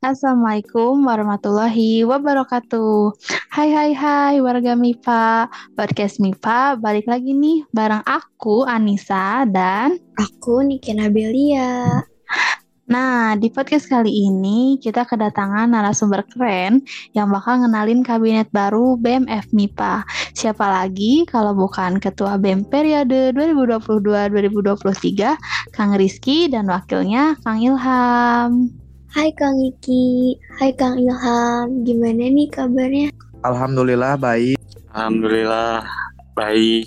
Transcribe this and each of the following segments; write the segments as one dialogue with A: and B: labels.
A: Assalamualaikum warahmatullahi wabarakatuh. Hai warga MIPA. Podcast MIPA balik lagi nih bareng aku Anissa dan
B: Aku Niki Nabelia.
A: nah, di podcast kali ini kita kedatangan narasumber keren yang bakal ngenalin kabinet baru BEM FMIPA. Siapa lagi kalau bukan Ketua BEM periode 2022-2023, Kang Rizky dan wakilnya Kang Ilham.
B: Hai Kang Iki, hai Kang Ilham, gimana nih kabarnya?
C: Alhamdulillah baik.
D: Alhamdulillah baik.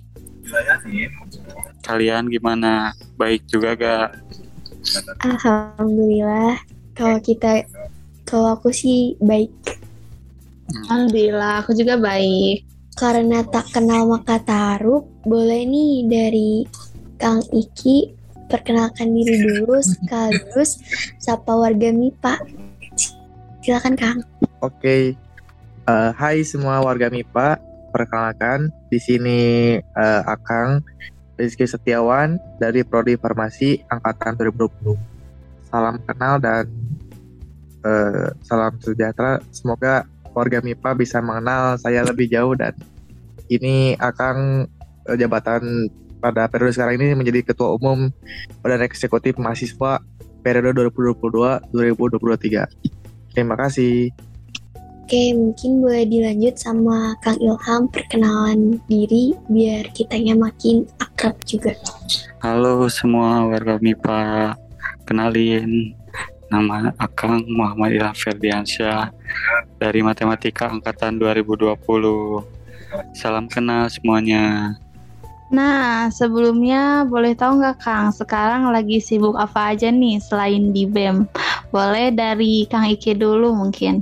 D: Kalian gimana? Baik juga gak?
B: Alhamdulillah. Kalau aku sih baik.
A: Alhamdulillah, aku juga baik.
B: Karena tak kenal maka taruh, boleh nih dari Kang Iki perkenalkan diri dulu sekaligus sapa warga MIPA. Silakan Kang.
C: Oke. Hai semua warga MIPA. Perkenalkan, di sini Akang Rizky Setiawan dari Prodi Farmasi Angkatan 2020. Salam kenal dan salam sejahtera. Semoga warga MIPA bisa mengenal saya lebih jauh dan ini Akang jabatan pada periode sekarang ini menjadi Ketua Umum Badan Eksekutif Mahasiswa periode 2022-2023. Terima kasih.
B: Oke, mungkin boleh dilanjut sama Kang Ilham perkenalan diri biar kitanya makin akrab juga.
D: Halo semua warga MIPA. Kenalin, nama Akang Muhammad Ilham Ferdiansyah dari Matematika Angkatan 2020. Salam kenal semuanya.
A: Nah, sebelumnya boleh tahu nggak Kang, sekarang lagi sibuk apa aja nih selain di BEM? Boleh dari Kang Ike dulu mungkin.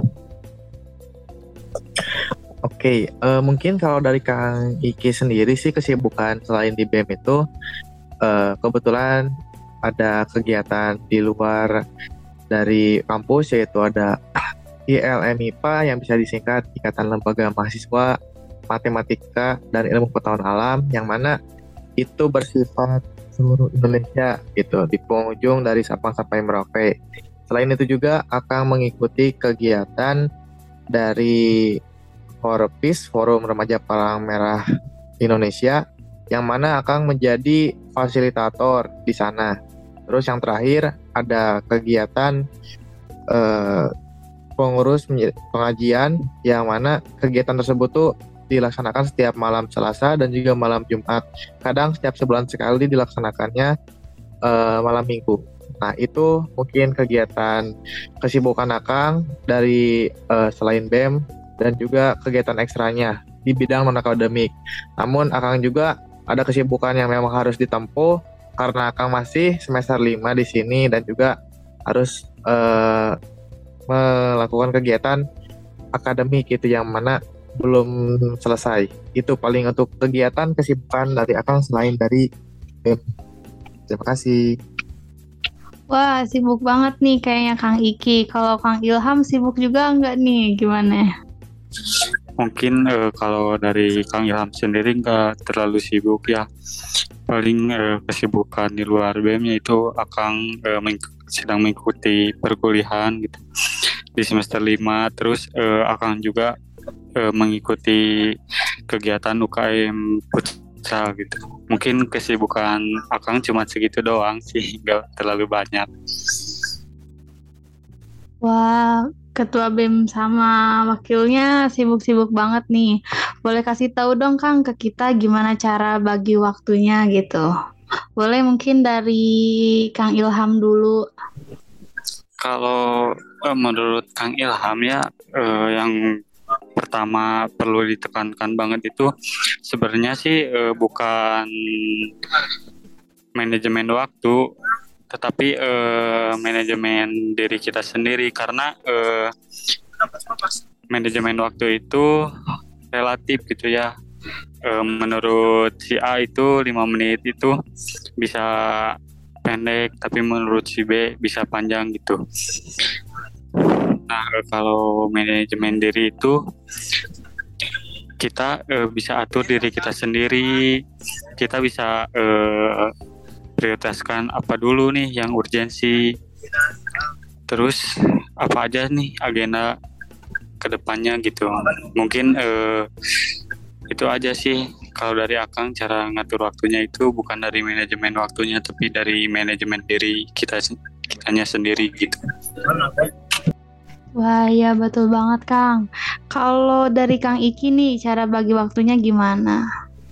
C: Oke, mungkin kalau dari Kang Iki sendiri sih kesibukan selain di BEM itu kebetulan ada kegiatan di luar dari kampus, yaitu ada ILM-MIPA yang bisa disingkat Ikatan Lembaga Mahasiswa Matematika dan Ilmu Pengetahuan Alam, yang mana itu bersifat seluruh Indonesia gitu, di penghujung dari Sabang sampai Merauke. Selain itu juga akan mengikuti kegiatan dari Forpis, Forum Remaja Palang Merah Indonesia, yang mana akan menjadi fasilitator di sana. Terus yang terakhir ada kegiatan pengurus pengajian, yang mana kegiatan tersebut tuh dilaksanakan setiap malam Selasa dan juga malam Jumat. Kadang setiap sebulan sekali dilaksanakannya malam Minggu. Nah, itu mungkin kegiatan kesibukan Akang dari selain BEM dan juga kegiatan ekstranya di bidang non-akademik. Namun Akang juga ada kesibukan yang memang harus ditempuh karena Akang masih semester 5 di sini dan juga harus melakukan kegiatan akademik gitu yang mana belum selesai. Itu paling untuk kegiatan kesibukan dari Akang selain dari BEM. Terima kasih.
A: Wah, sibuk banget nih kayaknya Kang Iki. Kalau Kang Ilham sibuk juga nggak nih? Gimana?
D: Mungkin kalau dari Kang Ilham sendiri nggak terlalu sibuk ya. Paling kesibukan di luar BEM yaitu Akang sedang mengikuti perkuliahan gitu di semester 5. Terus Akang juga mengikuti kegiatan UKM futsal gitu. Mungkin kesibukan Akang cuma segitu doang sih, nggak terlalu banyak.
A: Wah, Ketua BEM sama wakilnya sibuk-sibuk banget nih. Boleh kasih tahu dong Kang ke kita gimana cara bagi waktunya gitu. Boleh mungkin dari Kang Ilham dulu.
D: Kalau menurut Kang Ilham ya, yang pertama perlu ditekankan banget itu sebenarnya sih bukan manajemen waktu, tetapi manajemen diri kita sendiri, karena manajemen waktu itu relatif gitu ya. Menurut si A itu 5 menit itu bisa pendek, tapi menurut si B bisa panjang gitu. Nah, kalau manajemen diri itu kita bisa atur diri kita sendiri. Kita bisa prioritaskan apa dulu nih yang urgensi. Terus apa aja nih agenda kedepannya gitu. Mungkin itu aja sih kalau dari Akang, cara ngatur waktunya itu bukan dari manajemen waktunya tapi dari manajemen diri kitanya sendiri gitu.
A: Wah, ya betul banget, Kang. Kalau dari Kang Iki nih, cara bagi waktunya gimana?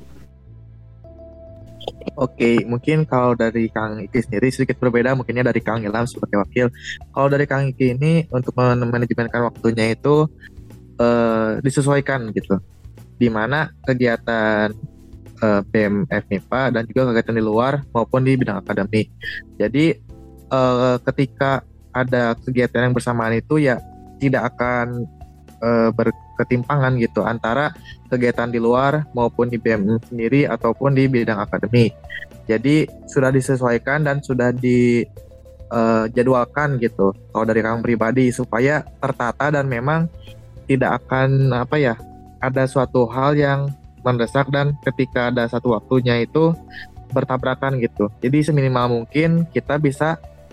C: Oke, mungkin kalau dari Kang Iki sendiri sedikit berbeda mungkinnya dari Kang Ilham sebagai wakil. Kalau dari Kang Iki ini untuk manajemenkan waktunya itu disesuaikan gitu. Di mana kegiatan BEM FMIPA dan juga kegiatan di luar maupun di bidang akademik. Jadi ketika ada kegiatan yang bersamaan itu ya tidak akan berketimpangan gitu antara kegiatan di luar maupun di BEM sendiri ataupun di bidang akademik. Jadi sudah disesuaikan dan sudah dijadwalkan gitu kalau dari Kang pribadi supaya tertata dan memang tidak akan ada suatu hal yang mendesak dan ketika ada satu waktunya itu bertabrakan gitu. Jadi seminimal mungkin kita bisa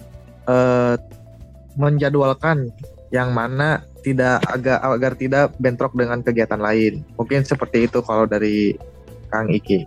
C: menjadwalkan yang mana agar tidak bentrok dengan kegiatan lain. Mungkin seperti itu kalau dari Kang Iki.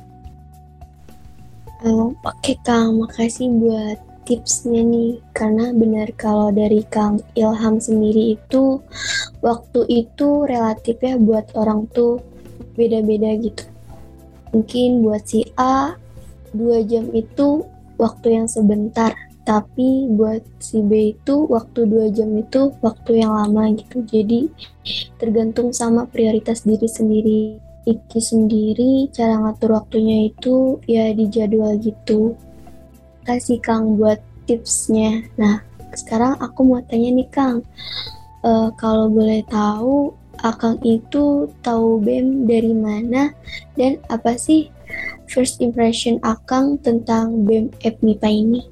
B: Oke Kang, makasih buat tipsnya nih. Karena benar kalau dari Kang Ilham sendiri itu waktu itu relatif ya buat orang tuh beda-beda gitu. Mungkin buat si A 2 jam itu waktu yang sebentar, tapi buat si B itu waktu 2 jam itu waktu yang lama gitu. Jadi tergantung sama prioritas diri sendiri. Iki sendiri cara ngatur waktunya itu ya dijadwal gitu. Kasih Kang buat tipsnya. Nah sekarang aku mau tanya nih Kang, kalau boleh tahu Akang itu tahu BEM dari mana dan apa sih first impression Akang tentang BEM FMIPA ini?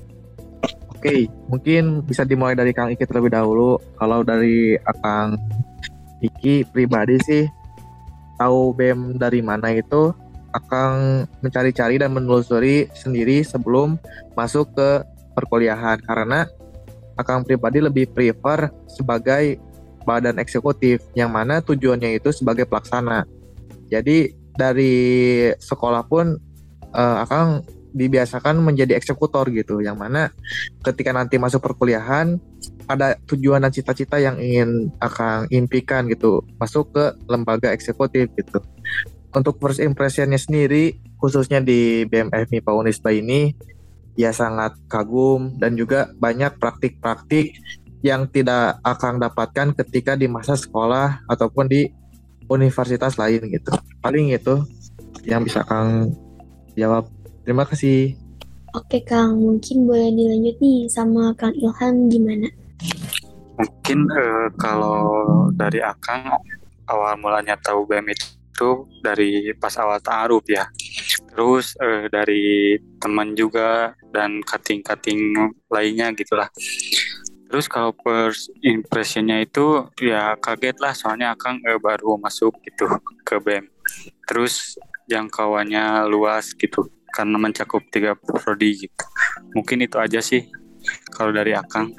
C: Oke, mungkin bisa dimulai dari Kang Iki terlebih dahulu. Kalau dari Akang Iki pribadi sih tahu BEM dari mana itu Akang mencari-cari dan menelusuri sendiri sebelum masuk ke perkuliahan karena Akang pribadi lebih prefer sebagai badan eksekutif yang mana tujuannya itu sebagai pelaksana. Jadi dari sekolah pun Akang dibiasakan menjadi eksekutor gitu, yang mana ketika nanti masuk perkuliahan ada tujuan dan cita-cita yang ingin Akang impikan gitu, masuk ke lembaga eksekutif gitu. Untuk first impressionnya sendiri, khususnya di BEM FMIPA Unisba ini, ya sangat kagum dan juga banyak praktik-praktik yang tidak Akang dapatkan ketika di masa sekolah ataupun di universitas lain gitu. Paling itu yang bisa Akang jawab. Terima kasih.
B: Oke Kang, mungkin boleh dilanjut nih sama Kang Ilham gimana?
D: Mungkin kalau dari Akang awal mulanya tahu BEM itu dari pas awal ta'aruf ya. Terus dari teman juga dan kating-kating lainnya gitulah. Terus kalau first impressionnya itu ya kaget lah soalnya Akang baru masuk gitu ke BEM. Terus jangkauannya luas gitu karena mencakup 3 prodi gitu. Mungkin itu aja sih kalau dari Akang.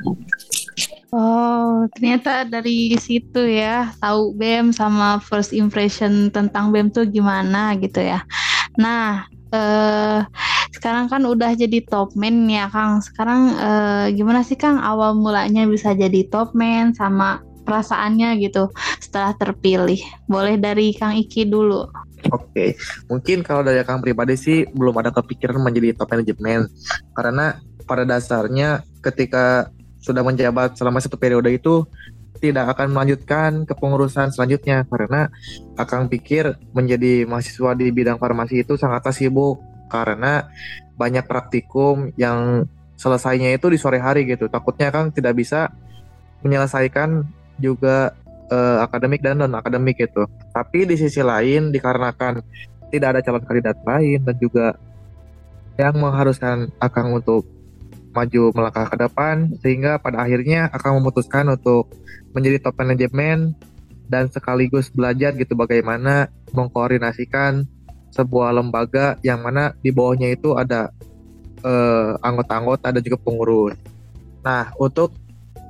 A: Oh, ternyata dari situ ya, tahu BEM sama first impression tentang BEM tuh gimana gitu ya. Nah, sekarang kan udah jadi top man ya Kang. Sekarang gimana sih Kang awal mulanya bisa jadi top man sama perasaannya gitu setelah terpilih? Boleh dari Kang Iki dulu.
C: Oke, mungkin kalau dari Kang pribadi sih belum ada kepikiran menjadi top manajemen karena pada dasarnya ketika sudah menjabat selama 1 periode itu tidak akan melanjutkan kepengurusan selanjutnya karena Akang pikir menjadi mahasiswa di bidang farmasi itu sangatlah sibuk karena banyak praktikum yang selesainya itu di sore hari gitu. Takutnya Akang tidak bisa menyelesaikan juga akademik dan non-akademik gitu. Tapi di sisi lain dikarenakan tidak ada calon kandidat lain dan juga yang mengharuskan Akang untuk maju melangkah ke depan sehingga pada akhirnya Akang memutuskan untuk menjadi top manajemen dan sekaligus belajar gitu bagaimana mengkoordinasikan sebuah lembaga yang mana di bawahnya itu ada anggota-anggota dan juga pengurus. Nah, untuk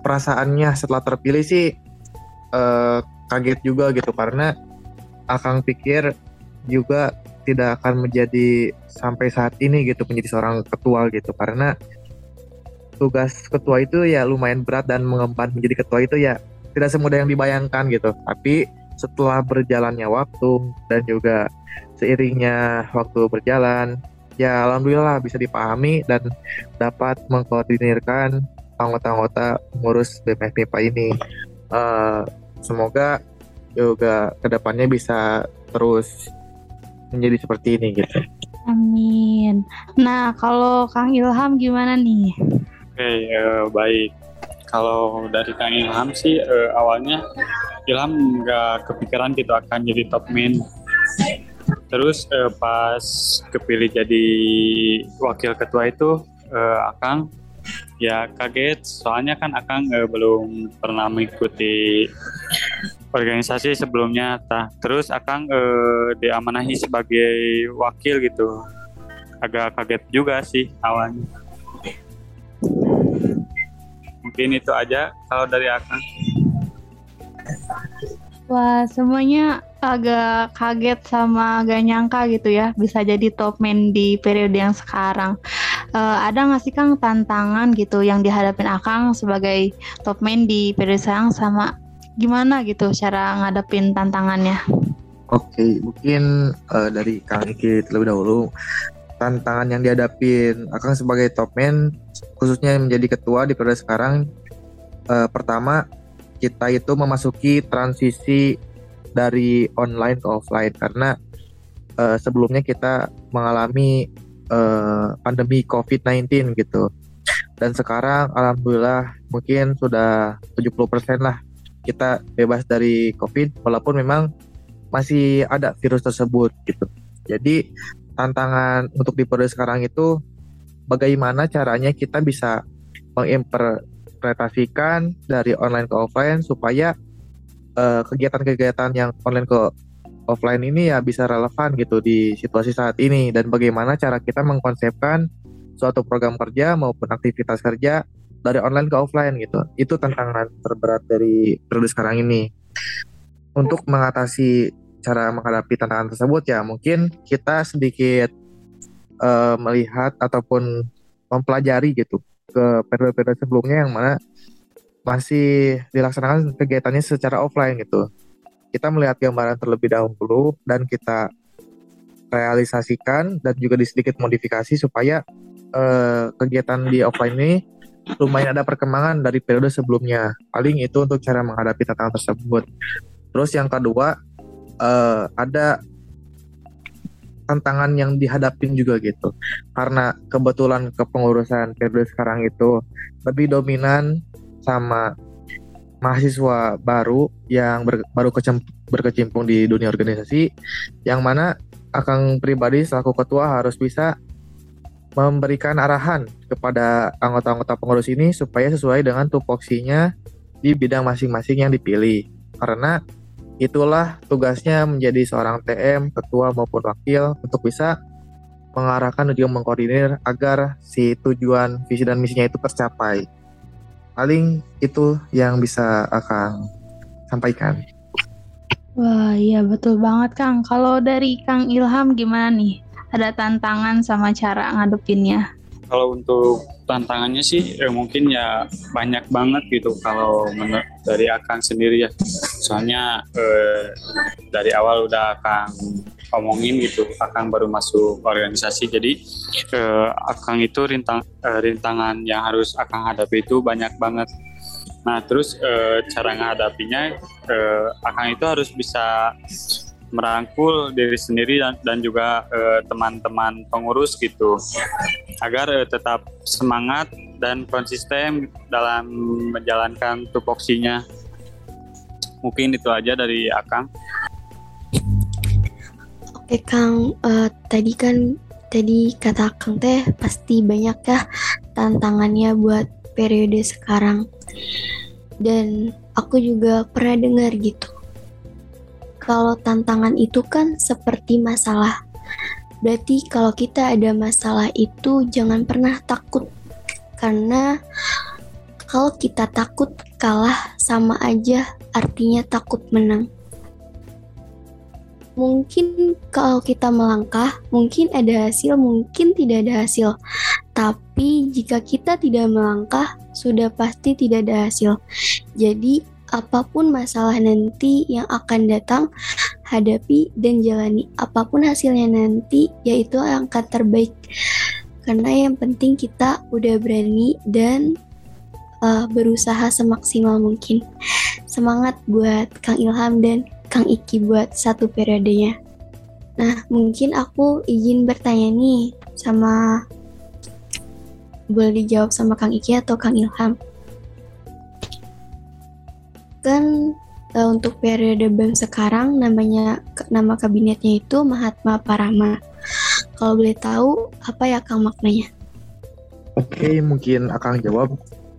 C: perasaannya setelah terpilih sih kaget juga gitu, karena Akang pikir juga tidak akan menjadi sampai saat ini gitu menjadi seorang ketua gitu, karena tugas ketua itu ya lumayan berat dan mengemban menjadi ketua itu ya tidak semudah yang dibayangkan gitu. Tapi setelah berjalannya waktu dan juga seiringnya waktu berjalan, ya alhamdulillah bisa dipahami dan dapat mengkoordinirkan anggota-anggota pengurus BMF MIPA ini. Semoga juga kedepannya bisa terus menjadi seperti ini gitu.
A: Amin. Nah, kalau Kang Ilham gimana nih?
D: Oke, baik. Kalau dari Kang Ilham sih awalnya Ilham nggak kepikiran gitu akan jadi top man. Terus pas kepilih jadi wakil ketua itu Akang ya kaget, soalnya kan Akang belum pernah mengikuti organisasi sebelumnya. Terus Akang diamanahi sebagai wakil gitu. Agak kaget juga sih awalnya. Mungkin itu aja kalau dari Akang.
A: Wah, semuanya agak kaget sama agak nyangka gitu ya, bisa jadi top man di periode yang sekarang. Ada nggak sih Kang tantangan gitu yang dihadapin Akang sebagai top man di periode sekarang, sama gimana gitu cara ngadepin tantangannya?
C: Oke, mungkin dari Kang Iki terlebih dahulu. Tantangan yang dihadapin Akang sebagai top man, khususnya menjadi ketua di periode sekarang, pertama kita itu memasuki transisi dari online ke offline, karena sebelumnya kita mengalami pandemi COVID-19 gitu. Dan sekarang alhamdulillah mungkin sudah 70% lah kita bebas dari COVID, walaupun memang masih ada virus tersebut gitu. Jadi tantangan untuk di periode sekarang itu bagaimana caranya kita bisa menginterpretasikan dari online ke offline supaya kegiatan-kegiatan yang online ke offline ini ya bisa relevan gitu di situasi saat ini, dan bagaimana cara kita mengkonsepkan suatu program kerja maupun aktivitas kerja dari online ke offline gitu. Itu tantangan terberat dari periode sekarang ini. Untuk mengatasi cara menghadapi tantangan tersebut ya mungkin kita sedikit melihat ataupun mempelajari gitu ke periode-periode sebelumnya yang mana masih dilaksanakan kegiatannya secara offline gitu. Kita melihat gambaran terlebih dahulu dan kita realisasikan dan juga sedikit modifikasi supaya kegiatan di offline ini lumayan ada perkembangan dari periode sebelumnya. Paling itu untuk cara menghadapi tantangan tersebut. Terus yang kedua, ada tantangan yang dihadapin juga gitu, karena kebetulan kepengurusan periode sekarang itu lebih dominan sama mahasiswa baru yang baru berkecimpung di dunia organisasi, yang mana Akang pribadi selaku ketua harus bisa memberikan arahan kepada anggota-anggota pengurus ini supaya sesuai dengan tupoksinya di bidang masing-masing yang dipilih, karena itulah tugasnya menjadi seorang TM, ketua maupun wakil, untuk bisa mengarahkan dan juga mengkoordinir agar si tujuan, visi dan misinya itu tercapai. Paling itu yang bisa Akang sampaikan.
A: Wah, iya betul banget Kang. Kalau dari Kang Ilham gimana nih? Ada tantangan sama cara ngadepinnya?
D: Kalau untuk tantangannya sih mungkin ya banyak banget gitu kalau dari Akang sendiri ya. Soalnya dari awal udah Akang omongin gitu, Akang baru masuk organisasi, jadi Akang itu rintangan yang harus Akang hadapi itu banyak banget. Nah terus cara menghadapinya Akang itu harus bisa merangkul diri sendiri dan juga teman-teman pengurus gitu, agar tetap semangat dan konsisten dalam menjalankan tupoksinya. Mungkin itu aja dari Akang.
B: Oke Kang, tadi kata Kang teh pasti banyak ya tantangannya buat periode sekarang. Dan aku juga pernah dengar gitu, kalau tantangan itu kan seperti masalah. Berarti kalau kita ada masalah itu jangan pernah takut. Karena kalau kita takut kalah sama aja artinya takut menang. Mungkin kalau kita melangkah, mungkin ada hasil, mungkin tidak ada hasil. Tapi jika kita tidak melangkah, sudah pasti tidak ada hasil. Jadi, apapun masalah nanti yang akan datang, hadapi dan jalani. Apapun hasilnya nanti, yaitu angka terbaik. Karena yang penting kita udah berani dan berusaha semaksimal mungkin. Semangat buat Kang Ilham dan Kang Iki buat satu periodenya. Nah, mungkin aku izin bertanya nih boleh dijawab sama Kang Iki atau Kang Ilham. Kan untuk periode BEM sekarang nama kabinetnya itu Mahatma Parama. Kalau boleh tahu apa ya Kang maknanya?
C: Oke, mungkin akan jawab.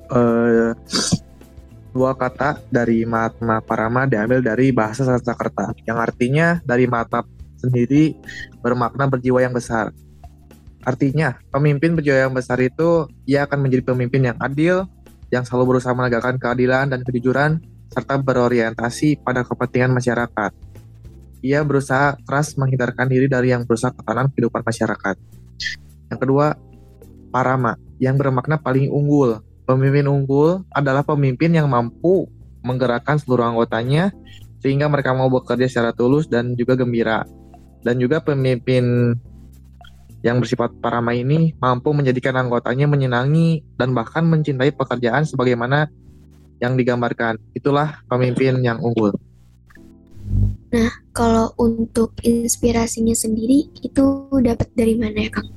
C: Dua kata dari Mahatma Parama diambil dari bahasa Sanskerta, yang artinya dari Mahatma sendiri bermakna berjiwa yang besar. Artinya, pemimpin berjiwa yang besar itu ia akan menjadi pemimpin yang adil, yang selalu berusaha menegakkan keadilan dan kejujuran, serta berorientasi pada kepentingan masyarakat. Ia berusaha keras menghindarkan diri dari yang berusaha tatanan kehidupan masyarakat. Yang kedua, Parama, yang bermakna paling unggul. Pemimpin unggul adalah pemimpin yang mampu menggerakkan seluruh anggotanya sehingga mereka mau bekerja secara tulus dan juga gembira. Dan juga pemimpin yang bersifat parama ini mampu menjadikan anggotanya menyenangi dan bahkan mencintai pekerjaan sebagaimana yang digambarkan. Itulah pemimpin yang unggul.
B: Nah, kalau untuk inspirasinya sendiri itu dapat dari mana ya Kang?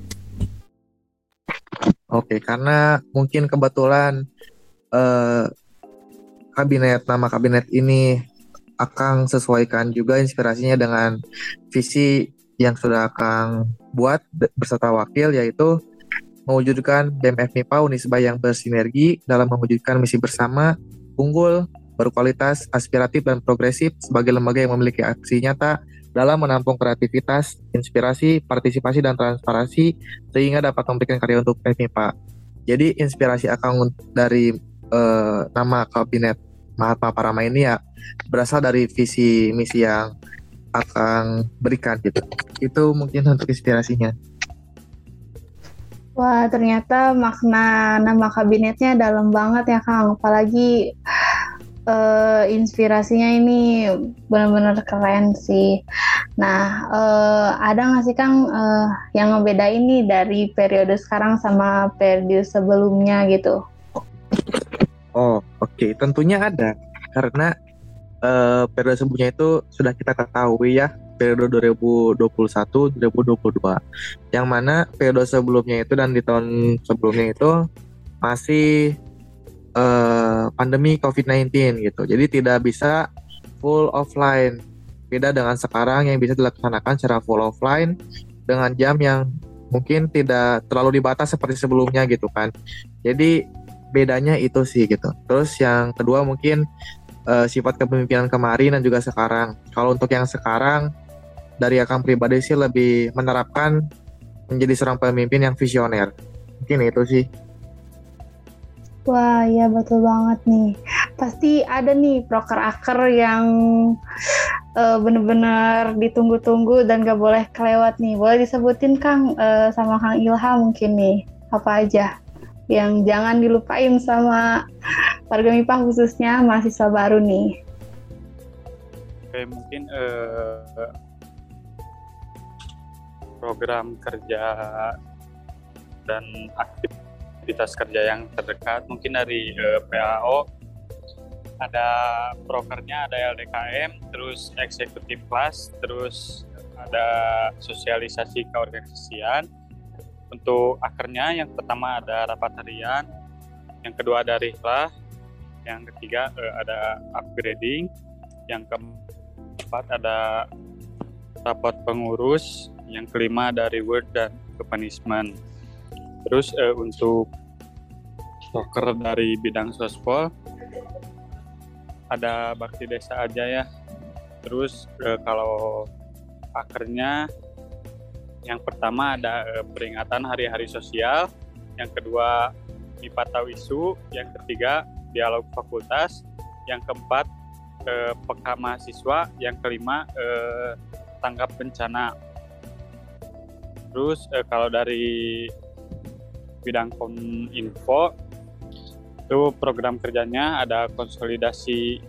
C: Oke, karena mungkin kebetulan nama kabinet ini Akang sesuaikan juga inspirasinya dengan visi yang sudah Akang buat beserta wakil, yaitu mewujudkan BEM FMIPA Unisba yang bersinergi dalam mewujudkan misi bersama, unggul, berkualitas, aspiratif, dan progresif sebagai lembaga yang memiliki aksi nyata dalam menampung kreativitas, inspirasi, partisipasi, dan transparansi sehingga dapat memberikan karya untuk FMIPA. Jadi inspirasi Akang dari nama kabinet Mahatma Parama ini ya berasal dari visi misi yang Akang berikan gitu. Itu mungkin untuk inspirasinya.
A: Wah, ternyata makna nama kabinetnya dalam banget ya Kang. Apalagi inspirasinya ini benar-benar keren sih. Nah, ada nggak sih Kang yang ngebedain nih dari periode sekarang sama periode sebelumnya gitu?
C: Oh, oke. Tentunya ada. Karena periode sebelumnya itu sudah kita ketahui ya, periode 2021-2022. Yang mana periode sebelumnya itu dan di tahun sebelumnya itu masih pandemi COVID-19 gitu. Jadi tidak bisa full offline. Beda dengan sekarang yang bisa dilaksanakan secara full offline dengan jam yang mungkin tidak terlalu dibatas seperti sebelumnya gitu kan. Jadi bedanya itu sih gitu. Terus yang kedua mungkin sifat kepemimpinan kemarin dan juga sekarang. Kalau untuk yang sekarang dari Akang pribadi sih lebih menerapkan menjadi seorang pemimpin yang visioner. Mungkin itu sih.
A: Wah, ya betul banget nih. Pasti ada nih proker-aker yang benar-benar ditunggu-tunggu dan gak boleh kelewat nih. Boleh disebutin Kang sama Kang Ilham mungkin nih, apa aja yang jangan dilupain sama warga MIPA khususnya mahasiswa baru nih.
D: Oke, mungkin program kerja dan aktivitas kerja yang terdekat mungkin dari PAO ada prokernya, ada LDKM, terus eksekutif kelas, terus ada sosialisasi keorganisasian. Untuk akernya yang pertama ada rapat harian, yang kedua ada rihlah, yang ketiga ada upgrading, yang keempat ada rapat pengurus, yang kelima ada reward dan punishment. Terus untuk proker dari bidang sospol ada bakti desa aja ya. Terus kalau akernya yang pertama ada peringatan hari-hari sosial, yang kedua MIPA Tawisu, yang ketiga dialog fakultas, yang keempat peka mahasiswa, yang kelima tanggap bencana. Terus kalau dari bidang kominfo itu program kerjanya ada konsolidasi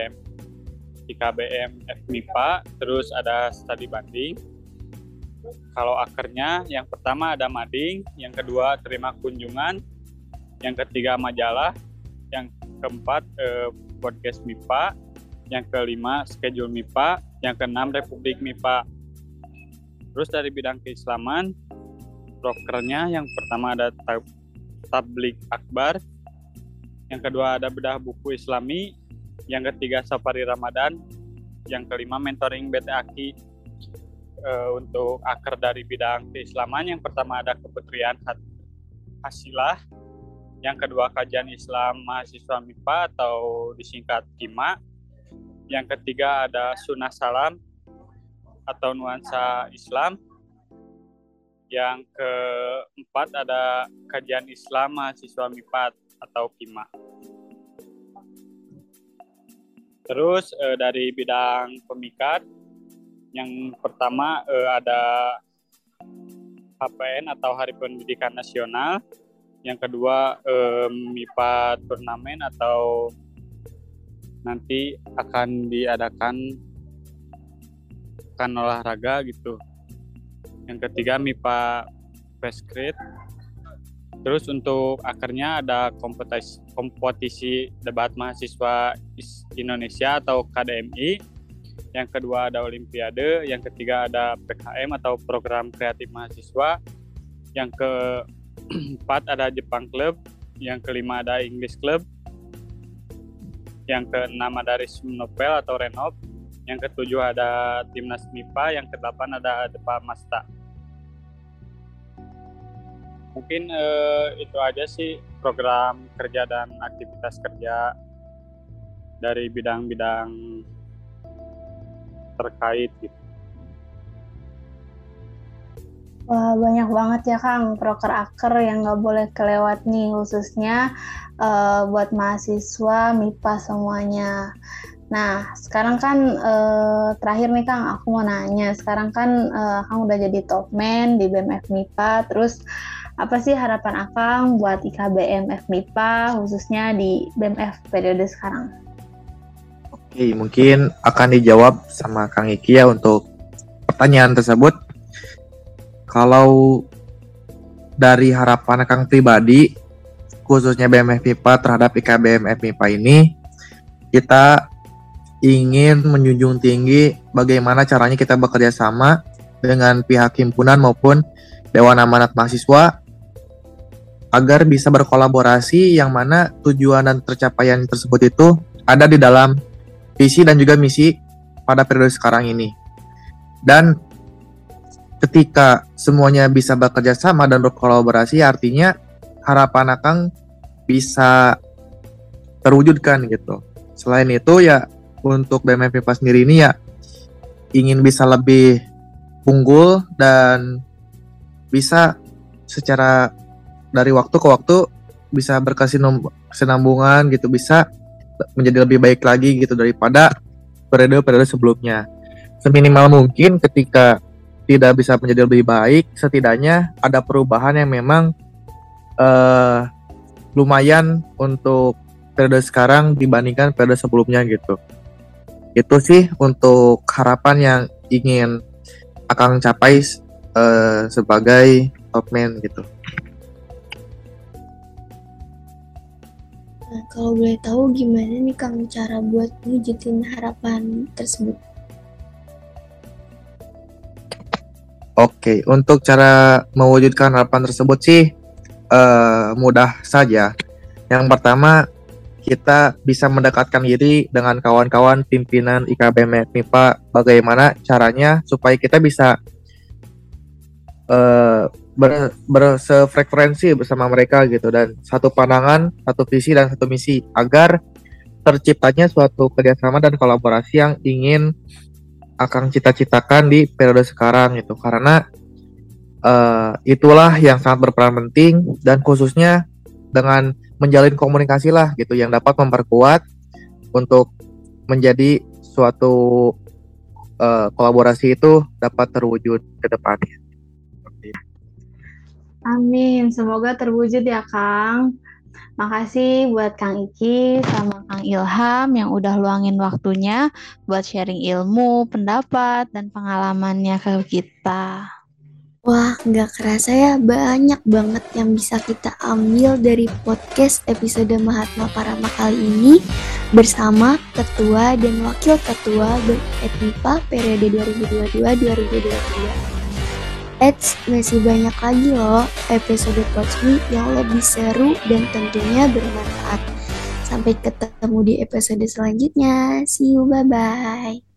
D: IKBM FMIPA, terus ada studi banding. Kalau akernya yang pertama ada mading, yang kedua terima kunjungan, yang ketiga majalah, yang keempat podcast MIPA, yang kelima schedule MIPA, yang keenam Republik MIPA. Terus dari bidang keislaman, prokernya yang pertama ada tablik akbar, yang kedua ada bedah buku islami, yang ketiga safari Ramadan, yang kelima mentoring BTAKI. Untuk akar dari bidang keislaman, yang pertama ada keputrian hasilah, yang kedua kajian Islam mahasiswa MIPA atau disingkat KIMA, yang ketiga ada sunnah salam atau nuansa Islam, yang keempat ada kajian Islam mahasiswa MIPA atau KIMA. Terus dari bidang pemikat, yang pertama ada HPN atau Hari Pendidikan Nasional, yang kedua MIPA turnamen atau nanti akan diadakan olahraga gitu. Yang ketiga MIPA Peskrit. Terus untuk akarnya ada kompetisi debat mahasiswa Indonesia atau KDMI. Yang kedua ada Olimpiade, yang ketiga ada PKM atau Program Kreatif Mahasiswa, yang keempat ada Jepang Club, yang kelima ada English Club, yang keenam ada Risum Nobel atau Renov, yang ketujuh ada Timnas MIPA, yang kedelapan ada Depa Masta. Mungkin itu aja sih program kerja dan aktivitas kerja dari bidang-bidang terkait gitu.
A: Wah, banyak banget ya Kang proker-aker yang nggak boleh kelewat nih, khususnya buat mahasiswa MIPA semuanya. Nah, sekarang kan terakhir nih Kang, aku mau nanya, sekarang kan Kang udah jadi top man di BMF MIPA, terus apa sih harapan Akang buat IKBM FMIPA, khususnya di BMF periode sekarang?
C: Oke, mungkin akan dijawab sama Kang Iki ya untuk pertanyaan tersebut. Kalau dari harapan Kang pribadi, khususnya BMF MIPA terhadap IKBM FMIPA ini, kita ingin menjunjung tinggi bagaimana caranya kita bekerja sama dengan pihak himpunan maupun Dewan Amanat Mahasiswa agar bisa berkolaborasi, yang mana tujuan dan tercapaian tersebut itu ada di dalam visi dan juga misi pada periode sekarang ini. Dan ketika semuanya bisa bekerja sama dan berkolaborasi, artinya harapan Akang bisa terwujudkan gitu. Selain itu ya, untuk BMF MIPA sendiri ini ya ingin bisa lebih unggul dan bisa secara dari waktu ke waktu bisa berkesinambungan gitu, bisa menjadi lebih baik lagi gitu daripada periode-periode sebelumnya. Seminimal mungkin ketika tidak bisa menjadi lebih baik, setidaknya ada perubahan yang memang lumayan untuk periode sekarang dibandingkan periode sebelumnya gitu. Itu sih untuk harapan yang ingin Akang capai sebagai top man gitu.
B: Nah, kalau boleh tahu gimana nih Kang cara buat wujudin harapan tersebut?
C: Oke, untuk cara mewujudkan harapan tersebut sih mudah saja. Yang pertama, kita bisa mendekatkan diri dengan kawan-kawan pimpinan IKBM MIPA, bagaimana caranya supaya kita bisa bersefrekuensi bersama mereka gitu, dan satu pandangan, satu visi dan satu misi, agar terciptanya suatu kerjasama dan kolaborasi yang ingin Akang cita-citakan di periode sekarang gitu. Karena itulah yang sangat berperan penting, dan khususnya dengan menjalin komunikasi lah gitu yang dapat memperkuat untuk menjadi suatu kolaborasi itu dapat terwujud ke depannya.
A: Amin, semoga terwujud ya Kang. Makasih buat Kang Iki sama Kang Ilham yang udah luangin waktunya buat sharing ilmu, pendapat, dan pengalamannya ke kita.
B: Wah, nggak kerasa ya, banyak banget yang bisa kita ambil dari podcast episode Mahatma Parama kali ini bersama Ketua dan Wakil Ketua BEM MIPA periode 2022-2023. Masih banyak lagi loh episode Podcast yang lebih seru dan tentunya bermanfaat. Sampai ketemu di episode selanjutnya. See you, bye-bye.